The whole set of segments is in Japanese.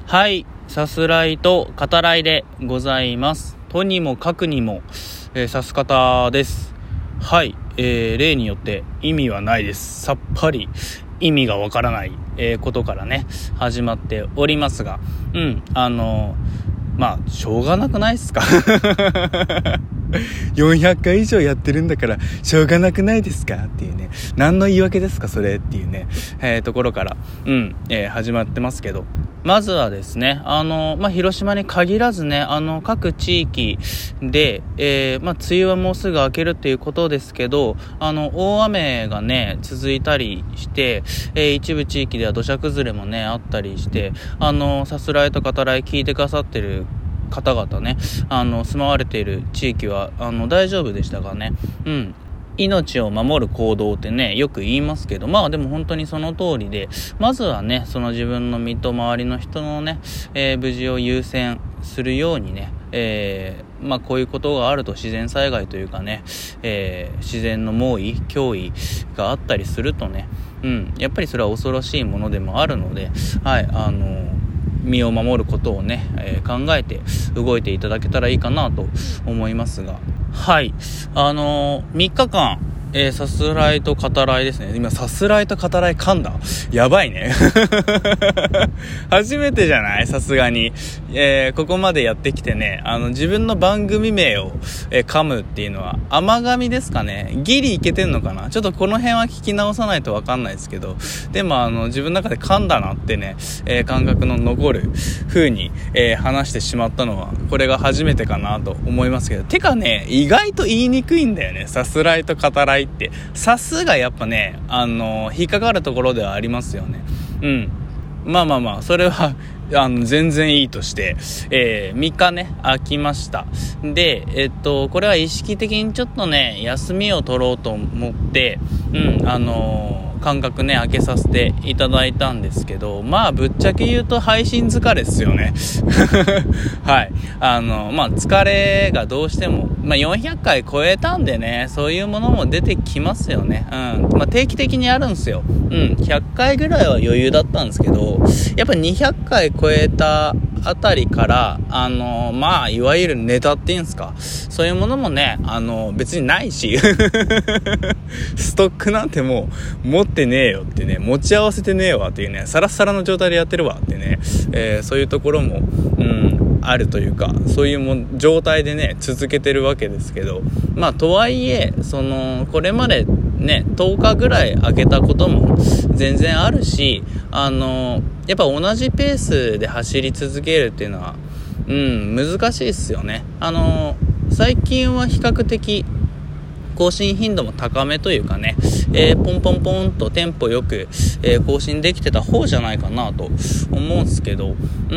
はい、さすらいと語らいでございます。とにもかくにも、さす方です。はい、例によって意味はないです。さっぱり意味がわからない、ことからね始まっておりますが、しょうがなくないですか400回以上やってるんだからしょうがなくないですかっていうね、何の言い訳ですかそれっていうね、ところから、始まってますけど、まずはですね、広島に限らずね、各地域で、梅雨はもうすぐ明けるっていうことですけど、大雨がね続いたりして、一部地域では土砂崩れもねあったりして、さすらいと語らい聞いてくださってる方々ね、住まわれている地域は大丈夫でしたかね。命を守る行動ってねよく言いますけど、でも本当にその通りで、まずはねその自分の身と周りの人のね、無事を優先するようにね、こういうことがあると自然災害というかね、自然の猛威脅威があったりするとね、やっぱりそれは恐ろしいものでもあるので、身を守ることをね、考えて動いていただけたらいいかなと思いますが、3日間さすらいと語らいですね。今さすらいと語らい噛んだ、やばいね初めてじゃない、さすがに、ここまでやってきてね、自分の番組名を、噛むっていうのは甘噛みですかね。ギリいけてんのかな、ちょっとこの辺は聞き直さないと分かんないですけど、でも自分の中で噛んだなってね、感覚の残る風に、話してしまったのはこれが初めてかなと思いますけど、てかね意外と言いにくいんだよね、さすらいと語らいってさすがやっぱね引っかかるところではありますよね。それは全然いいとして、3日ね空きました。でこれは意識的にちょっとね休みを取ろうと思って間隔ね空けさせていただいたんですけど、ぶっちゃけ言うと配信疲れっすよねはい疲れがどうしても、400回超えたんでね、そういうものも出てきますよね。定期的にあるんですよ。100回ぐらいは余裕だったんですけど、やっぱ200回超えたあたりからいわゆるネタっていうんですか、そういうものもね別にないしストックなんてもう持ってねえよってね、持ち合わせてねえわっていうね、サラッサラの状態でやってるわってね、そういうところもあるというか、そういう状態でね続けてるわけですけど、とはいえこれまでね10日ぐらい空けたことも全然あるし、やっぱ同じペースで走り続けるっていうのは難しいっすよね。最近は比較的更新頻度も高めというかね、ポンポンポンとテンポよく、更新できてた方じゃないかなと思うんですけど、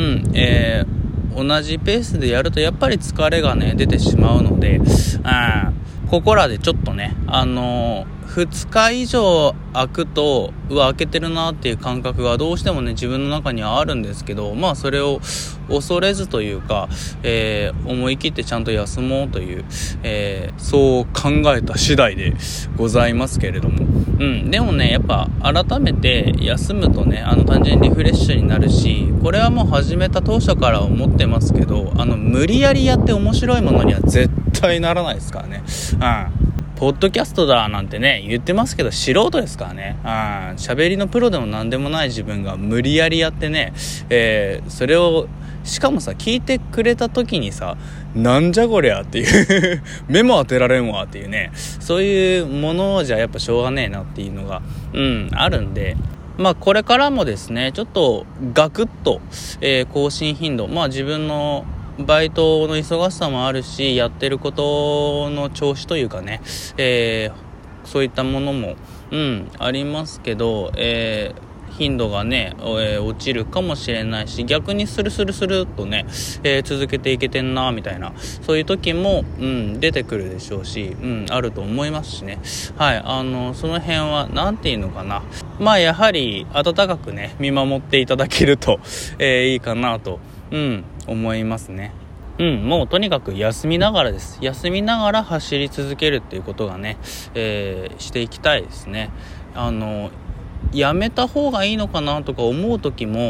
同じペースでやるとやっぱり疲れがね出てしまうので、ここらでちょっとね2日以上空くと空けてるなっていう感覚がどうしてもね自分の中にはあるんですけど、それを恐れずというか、思い切ってちゃんと休もうという、そう考えた次第でございますけれども、でもねやっぱ改めて休むとね単純にリフレッシュになるし、これはもう始めた当初から思ってますけど、無理やりやって面白いものには絶対ならないですからね。ポッドキャストだなんてね言ってますけど素人ですからね。喋りのプロでも何でもない自分が無理やりやってね、それをしかもさ聞いてくれた時にさ、なんじゃこりゃっていう目も当てられんわっていうね、そういうものじゃやっぱしょうがねえなっていうのがあるんで、これからもですねちょっとガクッと、更新頻度自分のバイトの忙しさもあるし、やってることの調子というかね、そういったものもありますけど、頻度がね、落ちるかもしれないし、逆にスルスルとね、続けていけてんなみたいな、そういう時も、出てくるでしょうし、あると思いますしね。その辺はなんていうのかな、やはり温かくね見守っていただけると、いいかなと思いますね。もうとにかく休みながらです。休みながら走り続けるっていうことがね、していきたいですね。やめた方がいいのかなとか思う時も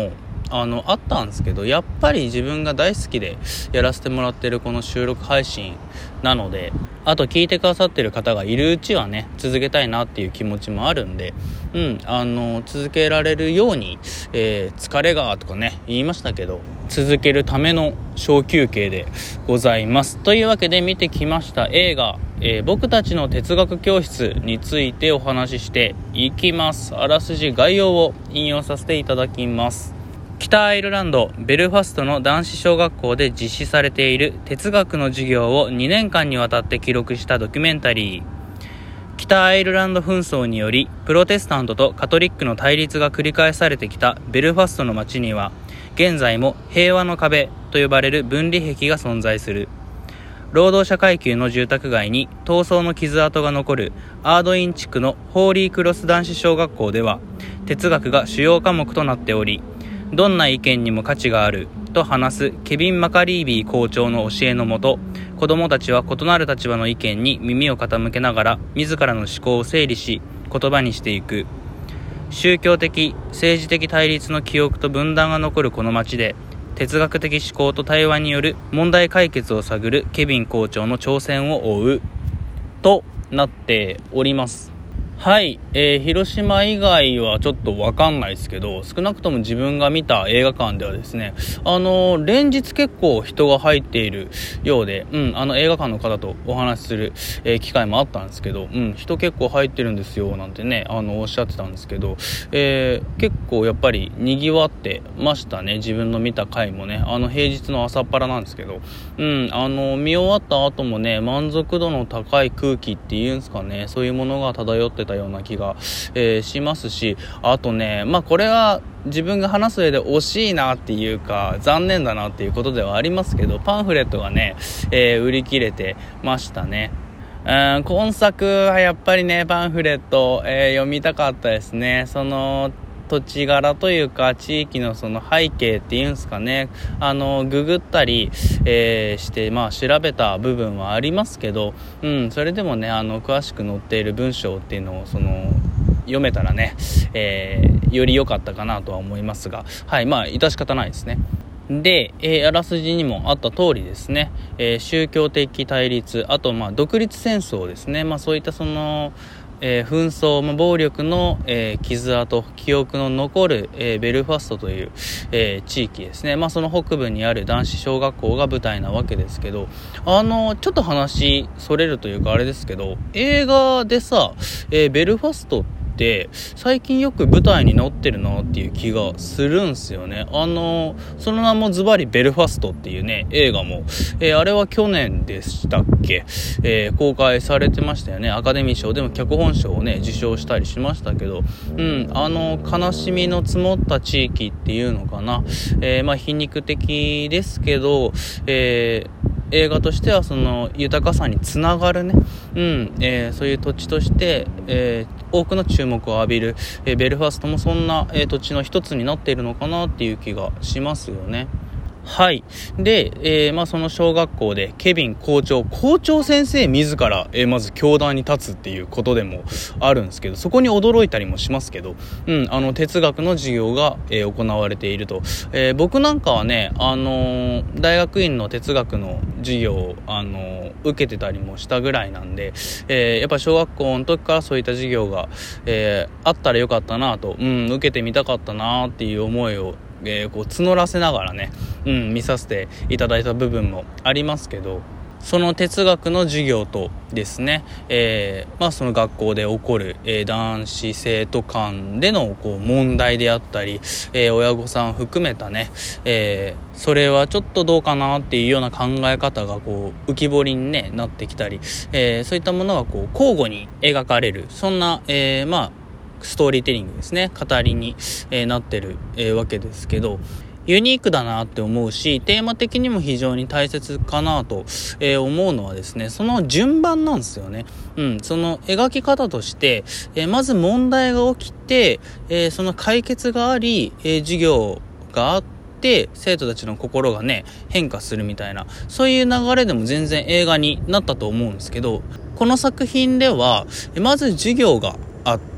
あったんですけど、やっぱり自分が大好きでやらせてもらってるこの収録配信なので、あと聞いてくださってる方がいるうちはね、続けたいなっていう気持ちもあるんで、続けられるように、疲れがとかね言いましたけど、続けるための小休憩でございます。というわけで見てきました映画、僕たちの哲学教室についてお話ししていきます。あらすじ概要を引用させていただきます。北アイルランドベルファストの男子小学校で実施されている哲学の授業を2年間にわたって記録したドキュメンタリー。北アイルランド紛争によりプロテスタントとカトリックの対立が繰り返されてきたベルファストの街には、現在も平和の壁と呼ばれる分離壁が存在する。労働者階級の住宅街に闘争の傷跡が残るアードイン地区のホーリークロス男子小学校では、哲学が主要科目となっており、どんな意見にも価値があると話すケビン・マカリービー校長の教えのもと、子どもたちは異なる立場の意見に耳を傾けながら自らの思考を整理し言葉にしていく。宗教的・政治的対立の記憶と分断が残るこの街で、哲学的思考と対話による問題解決を探るケビン校長の挑戦を追うとなっております。はい、広島以外はちょっとわかんないですけど、少なくとも自分が見た映画館ではですね、連日結構人が入っているようで、映画館の方とお話しする、機会もあったんですけど、人結構入ってるんですよなんてね、おっしゃってたんですけど、結構やっぱり賑わってましたね。自分の見た回もね、平日の朝っぱらなんですけど、見終わった後もね、満足度の高い空気っていうんですかね、そういうものが漂ってたような気が、しますし、あとね、これは自分が話す上で惜しいなっていうか残念だなっていうことではありますけど、パンフレットがね、売り切れてましたね。今作はやっぱりね、パンフレット、読みたかったですね。その土地柄というか地域のその背景っていうんですかね、ググったり、して調べた部分はありますけど、それでもね、詳しく載っている文章っていうのを読めたらね、より良かったかなとは思いますが、はい、致し方ないですね。で、あらすじにもあった通りですね、宗教的対立、あと独立戦争ですね、そういった紛争、暴力の、傷跡、記憶の残る、ベルファストという、地域ですね。その北部にある男子小学校が舞台なわけですけど、ちょっと話それるというかあれですけど、映画でさ、ベルファストって最近よく舞台になってるなっていう気がするんすよね。その名もズバリベルファストっていうね、映画も、あれは去年でしたっけ、公開されてましたよね。アカデミー賞でも脚本賞をね受賞したりしましたけど、悲しみの積もった地域っていうのかな、皮肉的ですけど、映画としてはその豊かさにつながるね、そういう土地として、多くの注目を浴びる、ベルファストもそんな、土地の一つになっているのかなっていう気がしますよね。はい。で、その小学校でケビン校長先生自ら、まず教壇に立つっていうことでもあるんですけど、そこに驚いたりもしますけど、哲学の授業が、行われていると。僕なんかはね、大学院の哲学の授業を、受けてたりもしたぐらいなんで、やっぱ小学校の時からそういった授業が、あったらよかったなと、受けてみたかったなっていう思いを募らせながらね、見させていただいた部分もありますけど、その哲学の授業とですね、その学校で起こる、男子生徒間での問題であったり、親御さん含めたね、それはちょっとどうかなっていうような考え方が浮き彫りに、ね、なってきたり、そういったものが交互に描かれる、そんな、ストーリーテリングですね、語りに、なってる、わけですけど、ユニークだなって思うし、テーマ的にも非常に大切かなと、思うのはですね、その順番なんですよね。その描き方として、まず問題が起きて、その解決があり、授業があって生徒たちの心がね変化するみたいな、そういう流れでも全然映画になったと思うんですけど、この作品ではまず授業があっ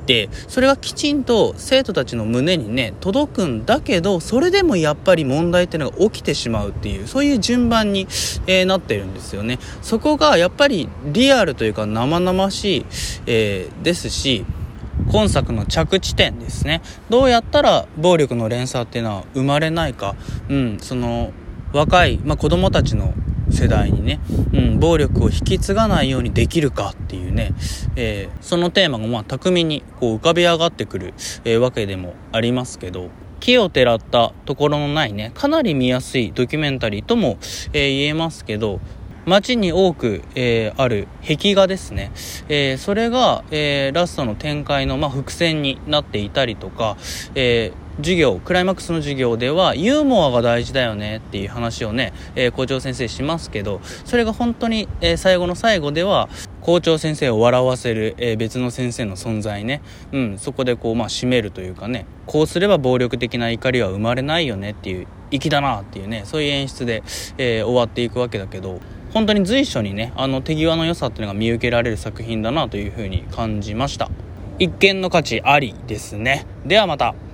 でそれがきちんと生徒たちの胸にね届くんだけど、それでもやっぱり問題っていうのが起きてしまうっていう、そういう順番に、なってるんですよね。そこがやっぱりリアルというか生々しい、ですし、今作の着地点ですね。どうやったら暴力の連鎖っていうのは生まれないか、その若い、子供たちの世代にね、暴力を引き継がないようにできるかっていうね、そのテーマが巧みにこう浮かび上がってくる、わけでもありますけど、奇をてらったところのないね、かなり見やすいドキュメンタリーとも、言えますけど、街に多く、ある壁画ですね、それが、ラストの展開の、伏線になっていたりとか、クライマックスの授業ではユーモアが大事だよねっていう話をね、校長先生しますけど、それが本当に、最後の最後では校長先生を笑わせる、別の先生の存在ね、そこでこう締めるというかね、こうすれば暴力的な怒りは生まれないよねっていう、粋だなっていうね、そういう演出で、終わっていくわけだけど、本当に随所にね手際の良さっていうのが見受けられる作品だなというふうに感じました。一見の価値ありですね。ではまた。